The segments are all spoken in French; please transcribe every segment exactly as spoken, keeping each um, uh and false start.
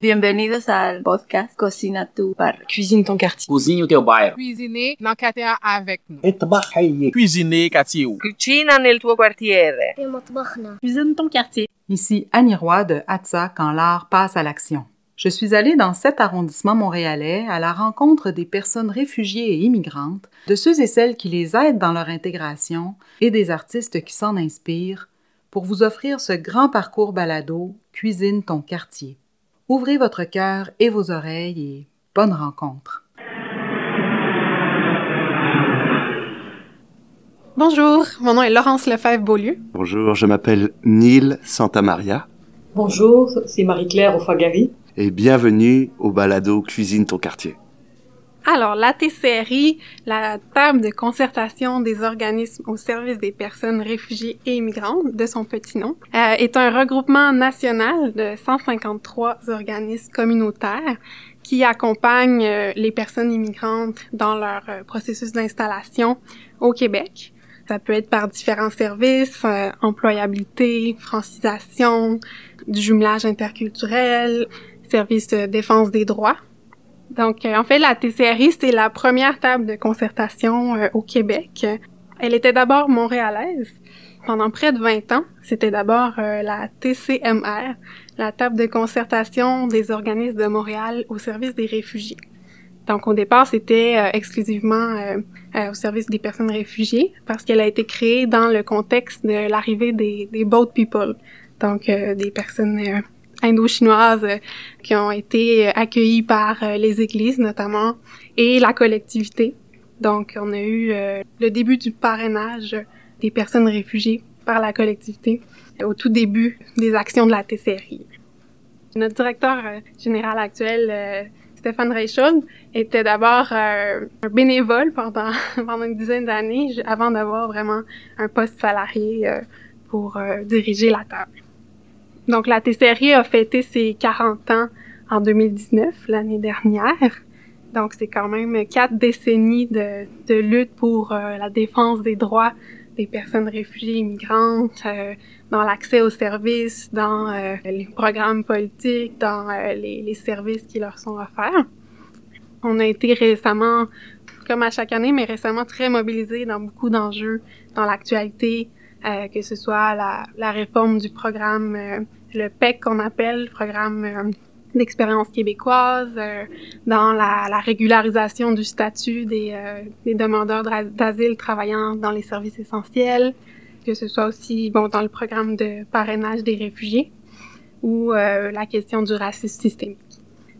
Bienvenidos al podcast Cocina tu Barrio. Cuisine ton quartier. Cozinhe o teu bairro. Cuisiner dans quartier avec nous. Cuisiner quartier. Cucina nel tuo quartiere. Cuisine ton quartier. Ici Annie Roy de Hatsa quand l'art passe à l'action. Je suis allée dans sept arrondissements montréalais à la rencontre des personnes réfugiées et immigrantes, de ceux et celles qui les aident dans leur intégration et des artistes qui s'en inspirent pour vous offrir ce grand parcours balado Cuisine ton quartier. Ouvrez votre cœur et vos oreilles et bonne rencontre. Bonjour, mon nom est Laurence Lefebvre-Beaulieu. Bonjour, je m'appelle Neil Santamaria. Bonjour, c'est Marie-Claire Ofagari. Et bienvenue au balado Cuisine ton quartier. Alors, la T C R I, la table de concertation des organismes au service des personnes réfugiées et immigrantes, de son petit nom, euh, est un regroupement national de cent cinquante-trois organismes communautaires qui accompagnent euh, les personnes immigrantes dans leur euh, processus d'installation au Québec. Ça peut être par différents services, euh, employabilité, francisation, du jumelage interculturel, service de défense des droits. Donc, euh, en fait, la T C R I, c'est la première table de concertation euh, au Québec. Elle était d'abord montréalaise. Pendant près de vingt ans, c'était d'abord euh, la T C M R, la table de concertation des organismes de Montréal au service des réfugiés. Donc, au départ, c'était euh, exclusivement euh, euh, au service des personnes réfugiées parce qu'elle a été créée dans le contexte de l'arrivée des, des boat people, donc euh, des personnes euh, indo-chinoises euh, qui ont été euh, accueillies par euh, les églises notamment et la collectivité. Donc, on a eu euh, le début du parrainage des personnes réfugiées par la collectivité euh, au tout début des actions de la T C R I. Notre directeur euh, général actuel, euh, Stéphane Reichhold, était d'abord euh, un bénévole pendant, pendant une dizaine d'années avant d'avoir vraiment un poste salarié euh, pour euh, diriger la table. Donc, la T C R I a fêté ses quarante ans en deux mille dix-neuf, l'année dernière. Donc, c'est quand même quatre décennies de, de lutte pour euh, la défense des droits des personnes réfugiées immigrantes, euh, dans l'accès aux services, dans euh, les programmes politiques, dans euh, les, les services qui leur sont offerts. On a été récemment, comme à chaque année, mais récemment très mobilisés dans beaucoup d'enjeux dans l'actualité, Euh, que ce soit la, la réforme du programme, euh, le P E C qu'on appelle, le programme euh, d'expérience québécoise, euh, dans la, la régularisation du statut des, euh, des demandeurs d'asile travaillant dans les services essentiels, que ce soit aussi bon dans le programme de parrainage des réfugiés ou euh, la question du racisme systémique.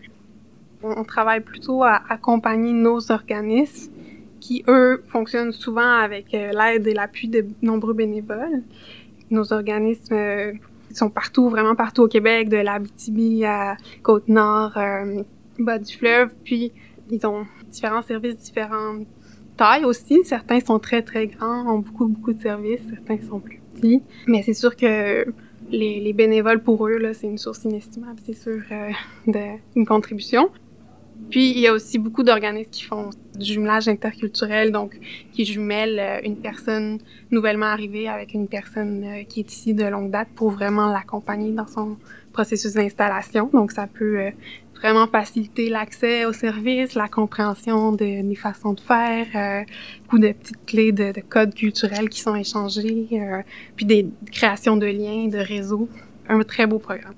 On, on travaille plutôt à accompagner nos organismes qui, eux, fonctionnent souvent avec euh, l'aide et l'appui de nombreux bénévoles. Nos organismes euh, sont partout, vraiment partout au Québec, de l'Abitibi à Côte-Nord, euh, bas du fleuve, puis ils ont différents services, différentes tailles aussi. Certains sont très, très grands, ont beaucoup, beaucoup de services, certains sont plus petits. Mais c'est sûr que les, les bénévoles, pour eux, là, c'est une source inestimable, c'est sûr, euh, d'une contribution. Puis, il y a aussi beaucoup d'organismes qui font du jumelage interculturel, donc qui jumellent euh, une personne nouvellement arrivée avec une personne euh, qui est ici de longue date pour vraiment l'accompagner dans son processus d'installation. Donc, ça peut euh, vraiment faciliter l'accès aux services, la compréhension de, des façons de faire, euh, beaucoup de petites clés de, de codes culturels qui sont échangés, euh, puis des créations de liens, de réseaux. Un très beau programme.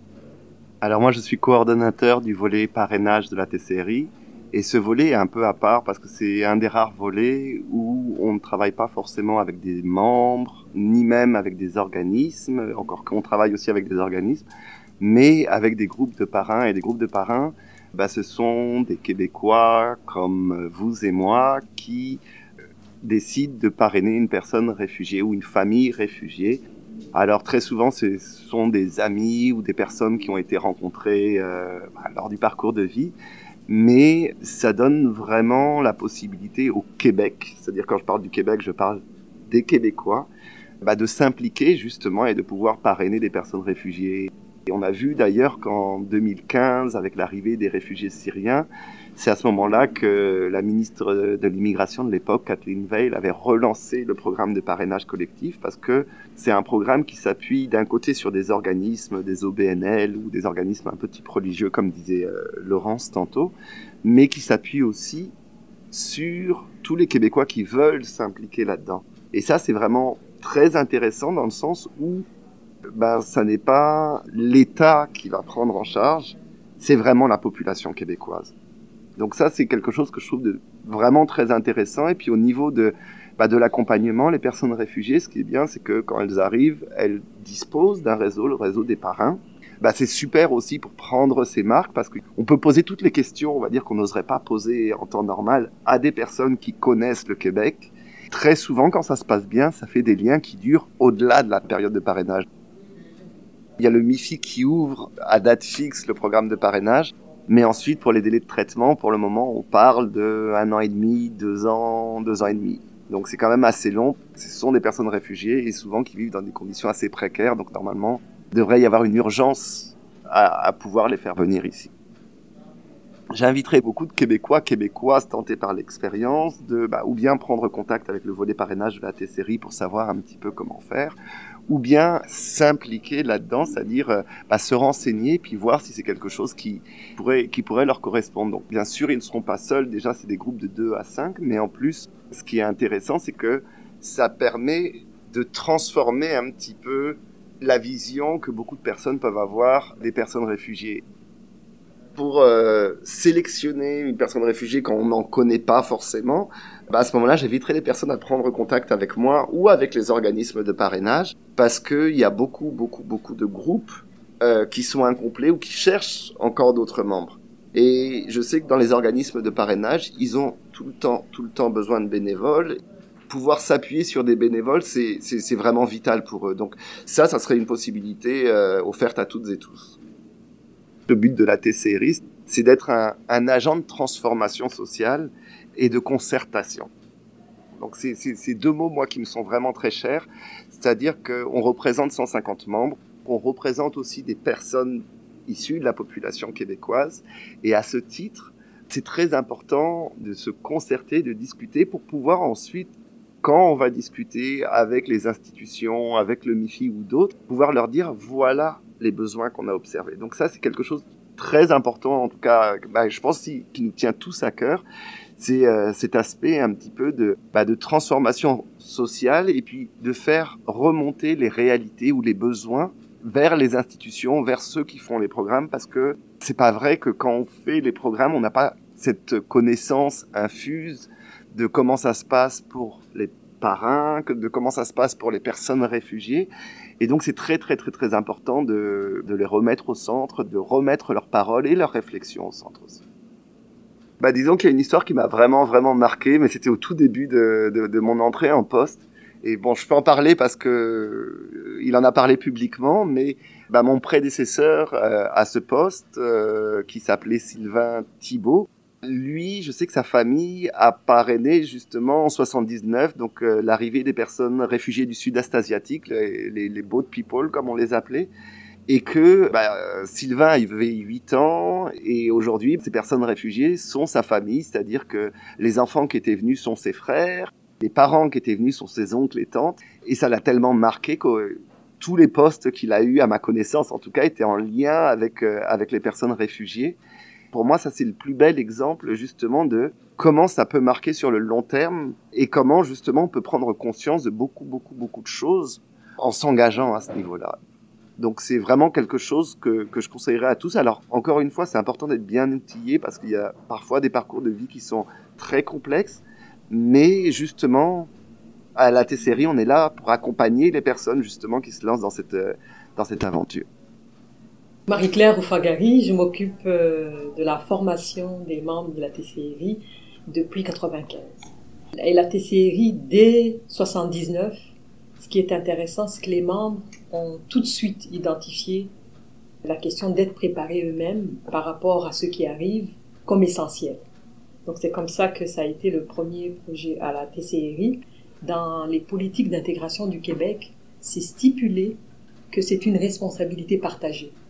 Alors moi, je suis coordonnateur du volet parrainage de la T C R I. Et ce volet est un peu à part parce que c'est un des rares volets où on ne travaille pas forcément avec des membres, ni même avec des organismes, encore qu'on travaille aussi avec des organismes, mais avec des groupes de parrains. Et des groupes de parrains, bah, ce sont des Québécois comme vous et moi qui décident de parrainer une personne réfugiée ou une famille réfugiée. Alors très souvent, ce sont des amis ou des personnes qui ont été rencontrées euh, lors du parcours de vie, mais ça donne vraiment la possibilité au Québec, c'est-à-dire quand je parle du Québec, je parle des Québécois, bah, de s'impliquer justement et de pouvoir parrainer des personnes réfugiées Et on a vu d'ailleurs qu'en deux mille quinze, avec l'arrivée des réfugiés syriens, c'est à ce moment-là que la ministre de l'immigration de l'époque, Kathleen Veil, avait relancé le programme de parrainage collectif parce que c'est un programme qui s'appuie d'un côté sur des organismes, des O B N L ou des organismes un peu type religieux, comme disait euh, Laurence tantôt, mais qui s'appuie aussi sur tous les Québécois qui veulent s'impliquer là-dedans. Et ça, c'est vraiment très intéressant dans le sens où ben, ça n'est pas l'État qui va prendre en charge, c'est vraiment la population québécoise. Donc ça, c'est quelque chose que je trouve de vraiment très intéressant. Et puis au niveau de, bah, de l'accompagnement, les personnes réfugiées, ce qui est bien, c'est que quand elles arrivent, elles disposent d'un réseau, le réseau des parrains. Bah, c'est super aussi pour prendre ces marques parce qu'on peut poser toutes les questions, on va dire, qu'on n'oserait pas poser en temps normal à des personnes qui connaissent le Québec. Très souvent, quand ça se passe bien, ça fait des liens qui durent au-delà de la période de parrainage. Il y a le M I F I qui ouvre à date fixe le programme de parrainage. Mais ensuite, pour les délais de traitement, pour le moment, on parle de un an et demi, deux ans, deux ans et demi. Donc c'est quand même assez long. Ce sont des personnes réfugiées et souvent qui vivent dans des conditions assez précaires. Donc normalement, il devrait y avoir une urgence à, à pouvoir les faire venir ici. J'inviterai beaucoup de Québécois, Québécoises tentés par l'expérience de, bah, ou bien prendre contact avec le volet parrainage de la T C R I pour savoir un petit peu comment faire, ou bien s'impliquer là-dedans, c'est-à-dire euh, bah, se renseigner puis voir si c'est quelque chose qui pourrait, qui pourrait leur correspondre. Donc bien sûr, ils ne seront pas seuls, déjà c'est des groupes de deux à cinq, mais en plus, ce qui est intéressant, c'est que ça permet de transformer un petit peu la vision que beaucoup de personnes peuvent avoir des personnes réfugiées. Pour euh, sélectionner une personne réfugiée quand on n'en connaît pas forcément, bah à ce moment-là, j'inviterai les personnes à prendre contact avec moi ou avec les organismes de parrainage parce qu'il y a beaucoup, beaucoup, beaucoup de groupes euh, qui sont incomplets ou qui cherchent encore d'autres membres. Et je sais que dans les organismes de parrainage, ils ont tout le temps, tout le temps besoin de bénévoles. Pouvoir s'appuyer sur des bénévoles, c'est, c'est, c'est vraiment vital pour eux. Donc ça, ça serait une possibilité euh, offerte à toutes et tous. Le but de la T C R I, c'est d'être un, un agent de transformation sociale et de concertation. Donc c'est, c'est, c'est deux mots, moi, qui me sont vraiment très chers. C'est-à-dire qu'on représente cent cinquante membres, on représente aussi des personnes issues de la population québécoise. Et à ce titre, c'est très important de se concerter, de discuter pour pouvoir ensuite, quand on va discuter avec les institutions, avec le M I F I ou d'autres, pouvoir leur dire voilà les besoins qu'on a observés. Donc ça, c'est quelque chose de très important, en tout cas, bah, je pense qui nous tient tous à cœur. C'est euh, cet aspect un petit peu de, bah, de transformation sociale et puis de faire remonter les réalités ou les besoins vers les institutions, vers ceux qui font les programmes, parce que c'est pas vrai que quand on fait les programmes, on n'a pas cette connaissance infuse de comment ça se passe pour les parrains, de comment ça se passe pour les personnes réfugiées. Et donc c'est très très très très important de, de les remettre au centre, de remettre leurs paroles et leurs réflexions au centre aussi. Bah disons qu'il y a une histoire qui m'a vraiment vraiment marqué, mais c'était au tout début de, de, de mon entrée en poste. Et bon, je peux en parler parce que euh, il en a parlé publiquement, mais bah, mon prédécesseur euh, à ce poste, euh, qui s'appelait Sylvain Thibault, lui, je sais que sa famille a parrainé justement en soixante-dix-neuf, donc euh, l'arrivée des personnes réfugiées du sud-est asiatique, les, les, les boat people comme on les appelait, et que bah, Sylvain avait huit ans, et aujourd'hui, ces personnes réfugiées sont sa famille, c'est-à-dire que les enfants qui étaient venus sont ses frères, les parents qui étaient venus sont ses oncles et tantes, et ça l'a tellement marqué que tous les postes qu'il a eus, à ma connaissance en tout cas, étaient en lien avec, euh, avec les personnes réfugiées. Pour moi, ça c'est le plus bel exemple justement de comment ça peut marquer sur le long terme et comment justement on peut prendre conscience de beaucoup, beaucoup, beaucoup de choses en s'engageant à ce niveau-là. Donc c'est vraiment quelque chose que, que je conseillerais à tous. Alors encore une fois, c'est important d'être bien outillé parce qu'il y a parfois des parcours de vie qui sont très complexes, mais justement à la T C R I, on est là pour accompagner les personnes justement qui se lancent dans cette, dans cette aventure. Marie-Claire Oufagari, je m'occupe euh, de la formation des membres de la T C R I depuis quatre-vingt-quinze. Et la T C R I, dès soixante-dix-neuf, ce qui est intéressant, c'est que les membres ont tout de suite identifié la question d'être préparés eux-mêmes par rapport à ceux qui arrivent comme essentiel. Donc c'est comme ça que ça a été le premier projet à la T C R I. Dans les politiques d'intégration du Québec, c'est stipulé que c'est une responsabilité partagée.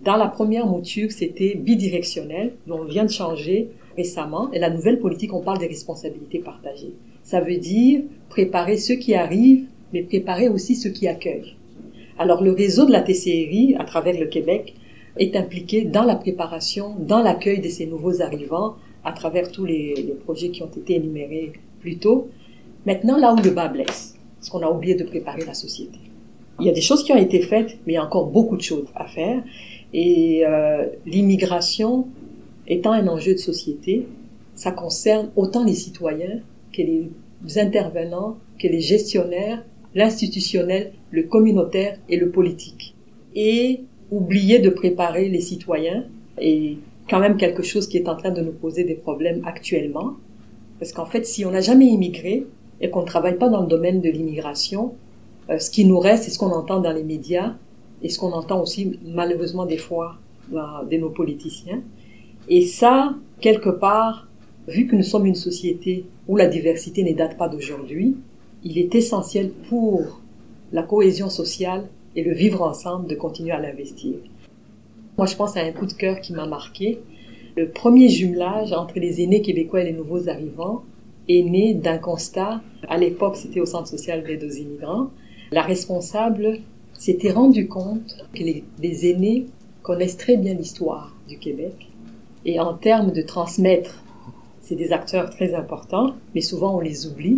Dans la première mouture, c'était bidirectionnel, mais on vient de changer récemment. Et la nouvelle politique, on parle des responsabilités partagées. Ça veut dire préparer ceux qui arrivent, mais préparer aussi ceux qui accueillent. Alors le réseau de la T C R I, à travers le Québec, est impliqué dans la préparation, dans l'accueil de ces nouveaux arrivants, à travers tous les, les projets qui ont été énumérés plus tôt. Maintenant, là où le bas blesse, parce qu'on a oublié de préparer la société. Il y a des choses qui ont été faites, mais il y a encore beaucoup de choses à faire. Et euh, l'immigration étant un enjeu de société, ça concerne autant les citoyens que les intervenants, que les gestionnaires, l'institutionnel, le communautaire et le politique. Et oublier de préparer les citoyens est quand même quelque chose qui est en train de nous poser des problèmes actuellement. Parce qu'en fait, si on n'a jamais immigré et qu'on ne travaille pas dans le domaine de l'immigration, euh, ce qui nous reste, c'est ce qu'on entend dans les médias et ce qu'on entend aussi malheureusement des fois dans, de nos politiciens. Et ça, quelque part, vu que nous sommes une société où la diversité ne date pas d'aujourd'hui, il est essentiel pour la cohésion sociale et le vivre ensemble de continuer à l'investir. Moi, je pense à un coup de cœur qui m'a marqué. Le premier jumelage entre les aînés québécois et les nouveaux arrivants est né d'un constat. À l'époque, c'était au Centre social d'aide aux immigrants. La responsable s'était rendu compte que les, les aînés connaissent très bien l'histoire du Québec. Et en termes de transmettre, c'est des acteurs très importants, mais souvent on les oublie.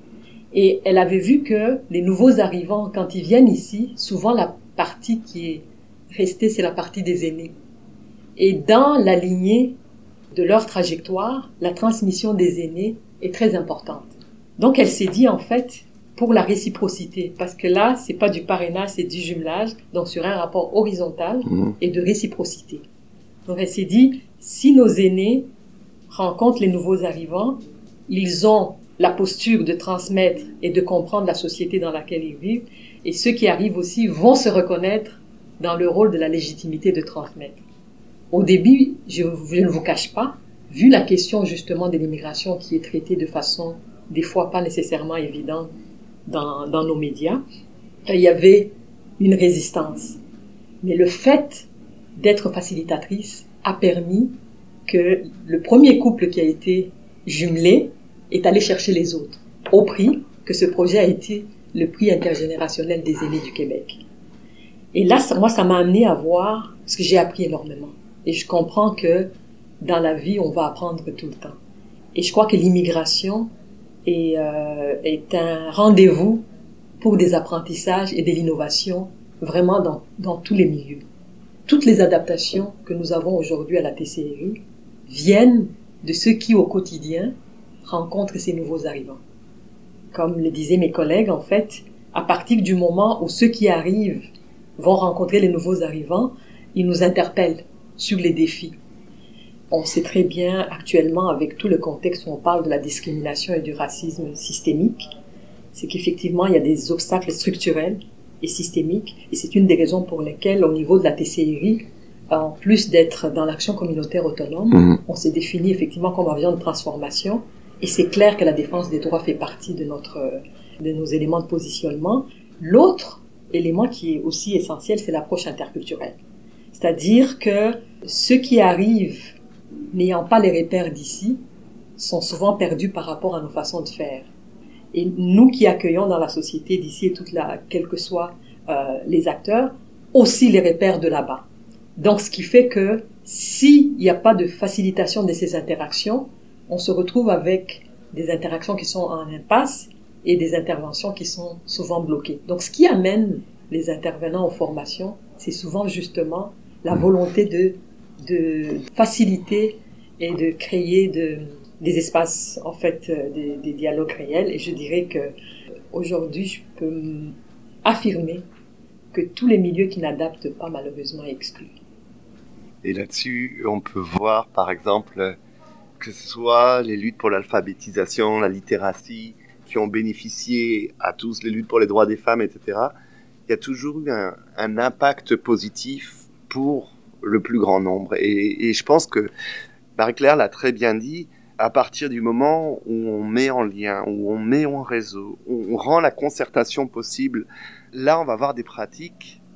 Et elle avait vu que les nouveaux arrivants, quand ils viennent ici, souvent la partie qui est restée, c'est la partie des aînés. Et dans la lignée de leur trajectoire, la transmission des aînés est très importante. Donc elle s'est dit en fait pour la réciprocité, parce que là, c'est pas du parrainage, c'est du jumelage, donc sur un rapport horizontal mmh. et de réciprocité. Donc elle s'est dit, si nos aînés rencontrent les nouveaux arrivants, ils ont la posture de transmettre et de comprendre la société dans laquelle ils vivent, et ceux qui arrivent aussi vont se reconnaître dans le rôle de la légitimité de transmettre. Au début, je, je ne vous cache pas, vu la question justement de l'immigration qui est traitée de façon des fois pas nécessairement évidente dans, dans nos médias, il y avait une résistance. Mais le fait d'être facilitatrice a permis que le premier couple qui a été jumelé est allé chercher les autres, au prix que ce projet a été le prix intergénérationnel des aînés du Québec. Et là, ça, moi, ça m'a amené à voir, parce que j'ai appris énormément. Et je comprends que dans la vie, on va apprendre tout le temps. Et je crois que l'immigration est, euh, est un rendez-vous pour des apprentissages et de l'innovation vraiment dans, dans tous les milieux. Toutes les adaptations que nous avons aujourd'hui à la T C R I viennent de ceux qui, au quotidien, rencontrent ces nouveaux arrivants. Comme le disaient mes collègues, en fait, à partir du moment où ceux qui arrivent vont rencontrer les nouveaux arrivants, ils nous interpellent sur les défis. On sait très bien actuellement, avec tout le contexte où on parle de la discrimination et du racisme systémique, c'est qu'effectivement, il y a des obstacles structurels et systémiques, et c'est une des raisons pour lesquelles, au niveau de la T C R I, en plus d'être dans l'action communautaire autonome, mmh. on s'est défini effectivement comme avion de transformation, et c'est clair que la défense des droits fait partie de notre, de nos éléments de positionnement. L'autre élément qui est aussi essentiel, c'est l'approche interculturelle. C'est-à-dire que ceux qui arrivent n'ayant pas les repères d'ici sont souvent perdus par rapport à nos façons de faire. Et nous qui accueillons dans la société d'ici et toute la, quels que soient euh, les acteurs, aussi les repères de là-bas. Donc, ce qui fait que s'il n'y a pas de facilitation de ces interactions, on se retrouve avec des interactions qui sont en impasse et des interventions qui sont souvent bloquées. Donc, ce qui amène les intervenants aux formations, c'est souvent justement la volonté de, de faciliter et de créer de, des espaces, en fait, des, des dialogues réels. Et je dirais que aujourd'hui, je peux affirmer que tous les milieux qui n'adaptent pas, malheureusement, excluent. Et là-dessus, on peut voir, par exemple, que ce soit les luttes pour l'alphabétisation, la littératie, qui ont bénéficié à tous, les luttes pour les droits des femmes, et cetera. Il y a toujours eu un, un impact positif pour le plus grand nombre. Et, et je pense que Marie-Claire l'a très bien dit, à partir du moment où on met en lien, où on met en réseau, où on rend la concertation possible, là, on va avoir des pratiques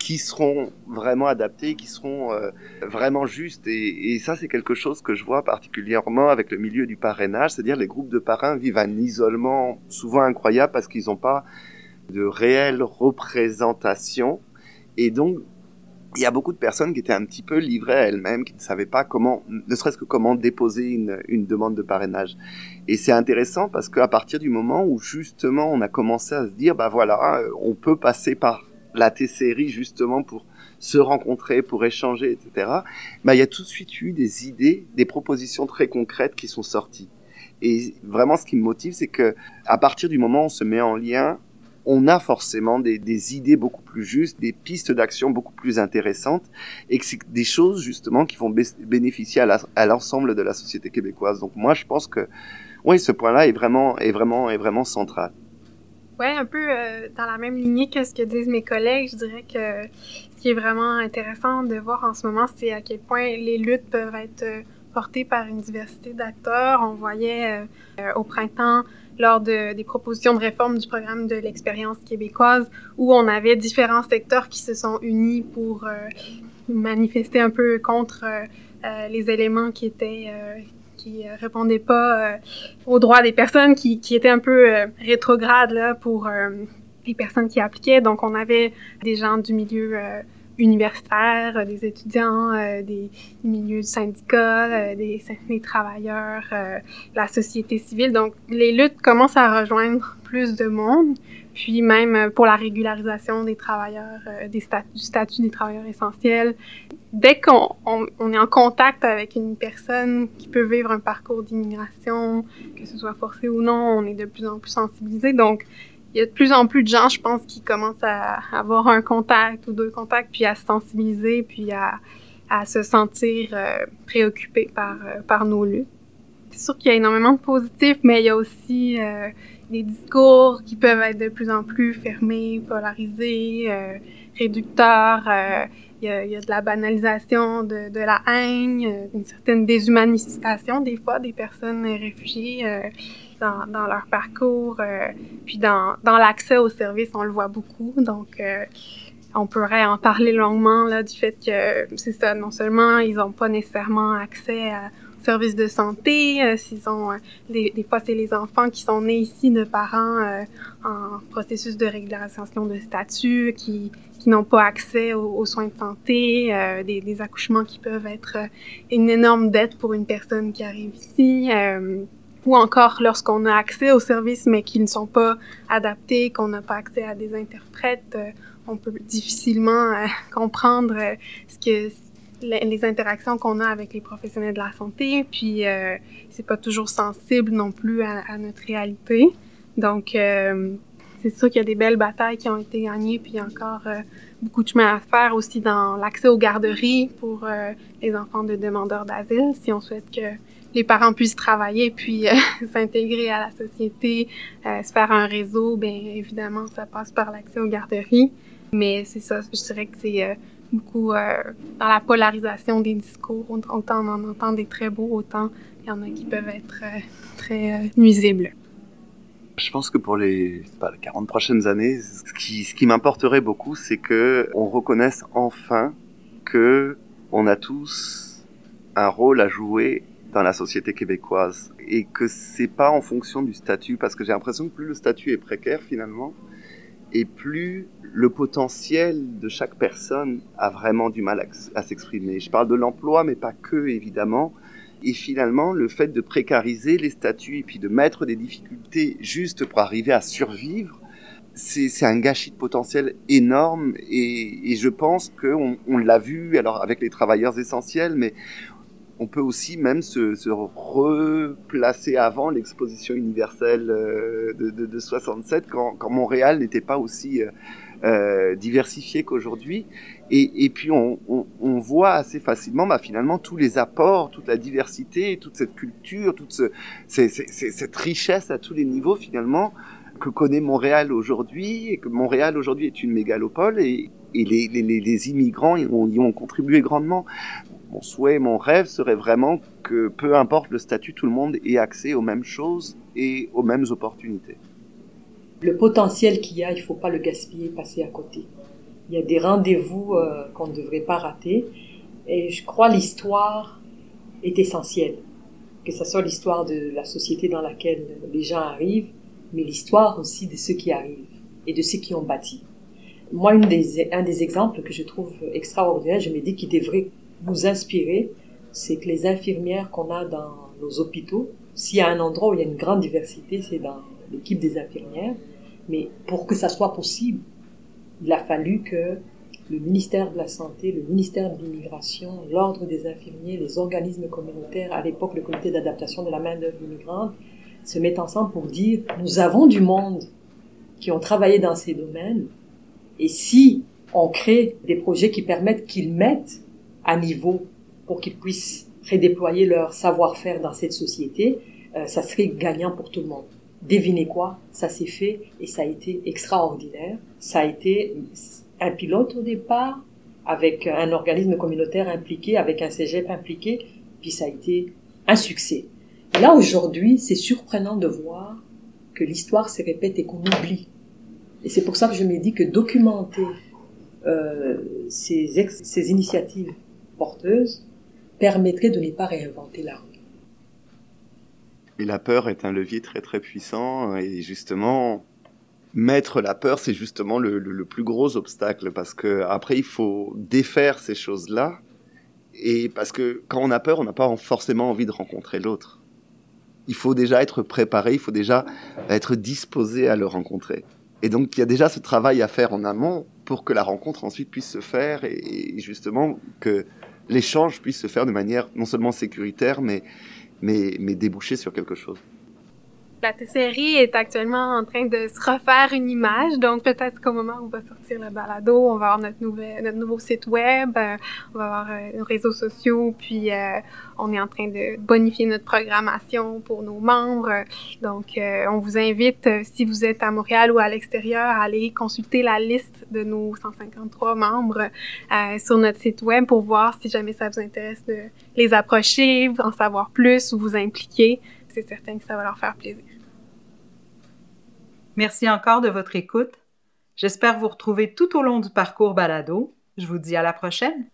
qui seront vraiment adaptés, qui seront euh, vraiment justes. Et, et ça, c'est quelque chose que je vois particulièrement avec le milieu du parrainage, c'est-à-dire les groupes de parrains vivent un isolement souvent incroyable parce qu'ils n'ont pas de réelle représentation. Et donc, il y a beaucoup de personnes qui étaient un petit peu livrées à elles-mêmes, qui ne savaient pas comment, ne serait-ce que comment déposer une, une demande de parrainage. Et c'est intéressant parce qu'à partir du moment où justement on a commencé à se dire, bah voilà, on peut passer par la T-Série justement pour se rencontrer, pour échanger, et cetera. Bah il y a tout de suite eu des idées, des propositions très concrètes qui sont sorties. Et vraiment, ce qui me motive, c'est que à partir du moment où on se met en lien, on a forcément des, des idées beaucoup plus justes, des pistes d'action beaucoup plus intéressantes, et que c'est des choses justement qui vont bé- bénéficier à, la, à l'ensemble de la société québécoise. Donc moi, je pense que oui, ce point-là est vraiment, est vraiment, est vraiment central. Ouais, un peu euh, dans la même lignée que ce que disent mes collègues, je dirais que ce qui est vraiment intéressant de voir en ce moment, c'est à quel point les luttes peuvent être euh, portées par une diversité d'acteurs. On voyait euh, au printemps, lors de, des propositions de réforme du programme de l'expérience québécoise, où on avait différents secteurs qui se sont unis pour euh, manifester un peu contre euh, euh, les éléments qui étaient euh, qui répondaient pas euh, aux droits des personnes, qui, qui étaient un peu euh, rétrogrades là pour euh, les personnes qui appliquaient. Donc on avait des gens du milieu euh, universitaires, des étudiants, euh, des milieux syndicats, euh, des, des travailleurs, euh, la société civile. Donc, les luttes commencent à rejoindre plus de monde. Puis même pour la régularisation des travailleurs, euh, des stat- du statut des travailleurs essentiels. Dès qu'on on, on est en contact avec une personne qui peut vivre un parcours d'immigration, que ce soit forcé ou non, on est de plus en plus sensibilisé. Donc, il y a de plus en plus de gens, je pense, qui commencent à avoir un contact ou deux contacts, puis à se sensibiliser, puis à, à se sentir euh, préoccupés par, euh, par nos luttes. C'est sûr qu'il y a énormément de positifs, mais il y a aussi euh, des discours qui peuvent être de plus en plus fermés, polarisés, euh, réducteurs. Euh, il, y a, il y a de la banalisation de, de la haine, euh, une certaine déshumanisation des fois des personnes réfugiées. Euh, Dans, dans leur parcours, euh, puis dans, dans l'accès aux services, on le voit beaucoup. Donc, euh, on pourrait en parler longuement là, du fait que, c'est ça, non seulement ils n'ont pas nécessairement accès à, aux services de santé, euh, s'ils ont, euh, des, des fois, c'est les enfants qui sont nés ici de parents euh, en processus de régularisation de statut, qui, qui n'ont pas accès aux, aux soins de santé, euh, des, des accouchements qui peuvent être une énorme dette pour une personne qui arrive ici. Euh, ou encore lorsqu'on a accès aux services mais qui ne sont pas adaptés, qu'on n'a pas accès à des interprètes, euh, on peut difficilement euh, comprendre euh, ce que les, les interactions qu'on a avec les professionnels de la santé, puis euh, c'est pas toujours sensible non plus à, à notre réalité. Donc euh, c'est sûr qu'il y a des belles batailles qui ont été gagnées, puis encore euh, beaucoup de chemin à faire aussi dans l'accès aux garderies pour euh, les enfants de demandeurs d'asile, si on souhaite que les parents puissent travailler puis euh, s'intégrer à la société, euh, se faire un réseau, bien évidemment, ça passe par l'accès aux garderies. Mais c'est ça, je dirais que c'est euh, beaucoup euh, dans la polarisation des discours. Autant on en entend des très beaux, autant il y en a qui peuvent être euh, très euh, nuisibles. Je pense que pour les, pas, les quarante prochaines années, ce qui, ce qui m'importerait beaucoup, c'est que on reconnaisse enfin que on a tous un rôle à jouer dans la société québécoise et que c'est pas en fonction du statut, parce que j'ai l'impression que plus le statut est précaire finalement et plus le potentiel de chaque personne a vraiment du mal à, à s'exprimer. Je parle de l'emploi, mais pas que évidemment. Et finalement, le fait de précariser les statuts et puis de mettre des difficultés juste pour arriver à survivre, c'est, c'est un gâchis de potentiel énorme. Et, et je pense qu'on on l'a vu alors avec les travailleurs essentiels, mais on peut aussi même se, se replacer avant l'exposition universelle de, de, de soixante-sept, quand, quand Montréal n'était pas aussi euh, diversifié qu'aujourd'hui. Et, et puis on, on, on voit assez facilement bah, finalement tous les apports, toute la diversité, toute cette culture, toute ce, c'est, c'est, c'est, cette richesse à tous les niveaux finalement que connaît Montréal aujourd'hui, et que Montréal aujourd'hui est une mégalopole, et, et les, les, les immigrants y ont, y ont contribué grandement. Mon souhait, mon rêve serait vraiment que, peu importe le statut, tout le monde ait accès aux mêmes choses et aux mêmes opportunités. Le potentiel qu'il y a, il ne faut pas le gaspiller, passer à côté. Il y a des rendez-vous euh, qu'on ne devrait pas rater. Et je crois l'histoire est essentielle. Que ce soit l'histoire de la société dans laquelle les gens arrivent, mais l'histoire aussi de ceux qui arrivent et de ceux qui ont bâti. Moi, une des, un des exemples que je trouve extraordinaire, je me dis qu'il devrait nous inspirer, c'est que les infirmières qu'on a dans nos hôpitaux, s'il y a un endroit où il y a une grande diversité, c'est dans l'équipe des infirmières. Mais pour que ça soit possible, il a fallu que le ministère de la Santé, le ministère de l'Immigration, l'Ordre des infirmiers, les organismes communautaires, à l'époque le comité d'adaptation de la main-d'œuvre immigrante, se mettent ensemble pour dire « nous avons du monde qui ont travaillé dans ces domaines et si on crée des projets qui permettent qu'ils mettent à niveau pour qu'ils puissent redéployer leur savoir-faire dans cette société, euh, ça serait gagnant pour tout le monde. » Devinez quoi? Ça s'est fait et ça a été extraordinaire. Ça a été un pilote au départ, avec un organisme communautaire impliqué, avec un cégep impliqué, puis ça a été un succès. Et là, aujourd'hui, c'est surprenant de voir que l'histoire se répète et qu'on oublie. Et c'est pour ça que je me dis que documenter euh, ces, ex- ces initiatives porteuses permettrait de ne pas réinventer la roue. Et la peur est un levier très très puissant, et justement, mettre la peur, c'est justement le, le, le plus gros obstacle, parce que après il faut défaire ces choses-là, et parce que quand on a peur, on n'a pas forcément envie de rencontrer l'autre. Il faut déjà être préparé, il faut déjà être disposé à le rencontrer. Et donc il y a déjà ce travail à faire en amont pour que la rencontre ensuite puisse se faire, et, et justement que l'échange puisse se faire de manière non seulement sécuritaire, mais Mais, mais déboucher sur quelque chose. La T C R I est actuellement en train de se refaire une image, donc peut-être qu'au moment où va sortir le balado, on va avoir notre, nouvel, notre nouveau site web, euh, on va avoir euh, nos réseaux sociaux, puis euh, on est en train de bonifier notre programmation pour nos membres. Donc, euh, on vous invite, euh, si vous êtes à Montréal ou à l'extérieur, à aller consulter la liste de nos cent cinquante-trois membres euh, sur notre site web pour voir si jamais ça vous intéresse de les approcher, en savoir plus ou vous impliquer. C'est certain que ça va leur faire plaisir. Merci encore de votre écoute. J'espère vous retrouver tout au long du parcours balado. Je vous dis à la prochaine.